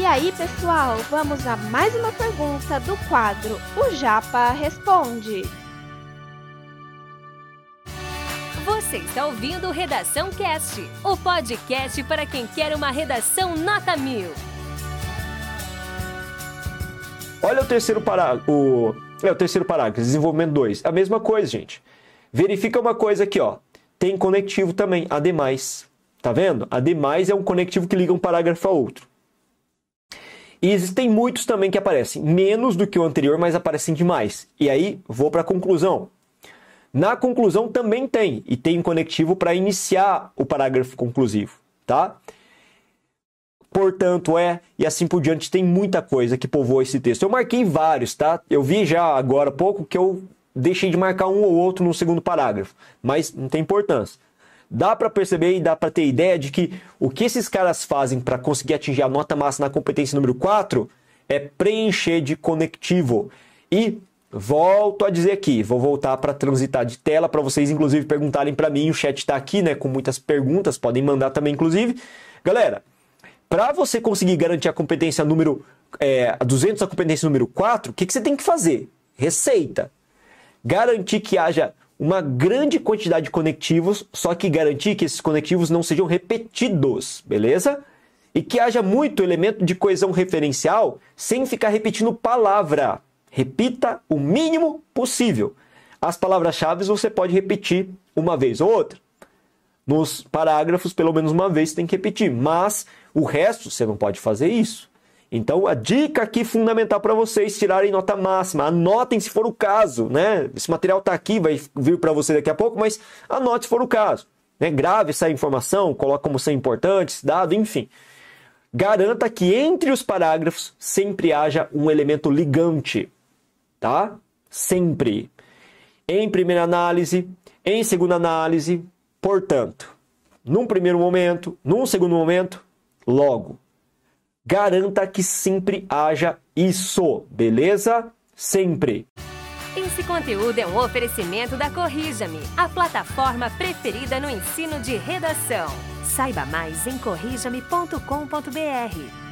aí, pessoal, vamos a mais uma pergunta do quadro O Japa Responde. Você está ouvindo o Redação Cast, o podcast para quem quer uma redação nota 1000. Olha o terceiro parágrafo, desenvolvimento 2. A mesma coisa, gente. Verifica uma coisa aqui, ó. Tem conectivo também, ademais. Tá vendo? Ademais é um conectivo que liga um parágrafo a outro. E existem muitos também que aparecem. Menos do que o anterior, mas aparecem demais. E aí, vou para a conclusão. Na conclusão também tem. E tem um conectivo para iniciar o parágrafo conclusivo. Tá? Portanto, e assim por diante, tem muita coisa que povoa esse texto. Eu marquei vários, tá? Eu vi já agora há pouco que eu deixei de marcar um ou outro no segundo parágrafo. Mas não tem importância. Dá para perceber e dá para ter ideia de que o que esses caras fazem para conseguir atingir a nota máxima na competência número 4 é preencher de conectivo. E volto a dizer aqui, vou voltar para transitar de tela para vocês inclusive perguntarem para mim, o chat está aqui, né, com muitas perguntas, podem mandar também inclusive. Galera, para você conseguir garantir a competência número 200, a competência número 4, o que você tem que fazer? Receita. Garantir que haja uma grande quantidade de conectivos, só que garantir que esses conectivos não sejam repetidos, beleza? E que haja muito elemento de coesão referencial sem ficar repetindo palavra. Repita o mínimo possível. As palavras-chave você pode repetir uma vez ou outra. Nos parágrafos, pelo menos uma vez, você tem que repetir. Mas o resto, você não pode fazer isso. Então, a dica aqui fundamental para vocês tirarem nota máxima. Anotem se for o caso, né? Esse material está aqui, vai vir para você daqui a pouco, mas anote se for o caso. Né? Grave essa informação, coloque como sendo importante, esse dado, enfim. Garanta que entre os parágrafos sempre haja um elemento ligante. Tá? Sempre. Em primeira análise, em segunda análise, portanto. Num primeiro momento, num segundo momento, logo. Garanta que sempre haja isso, beleza? Sempre. Esse conteúdo é um oferecimento da Corrija-me, a plataforma preferida no ensino de redação. Saiba mais em corrijame.com.br.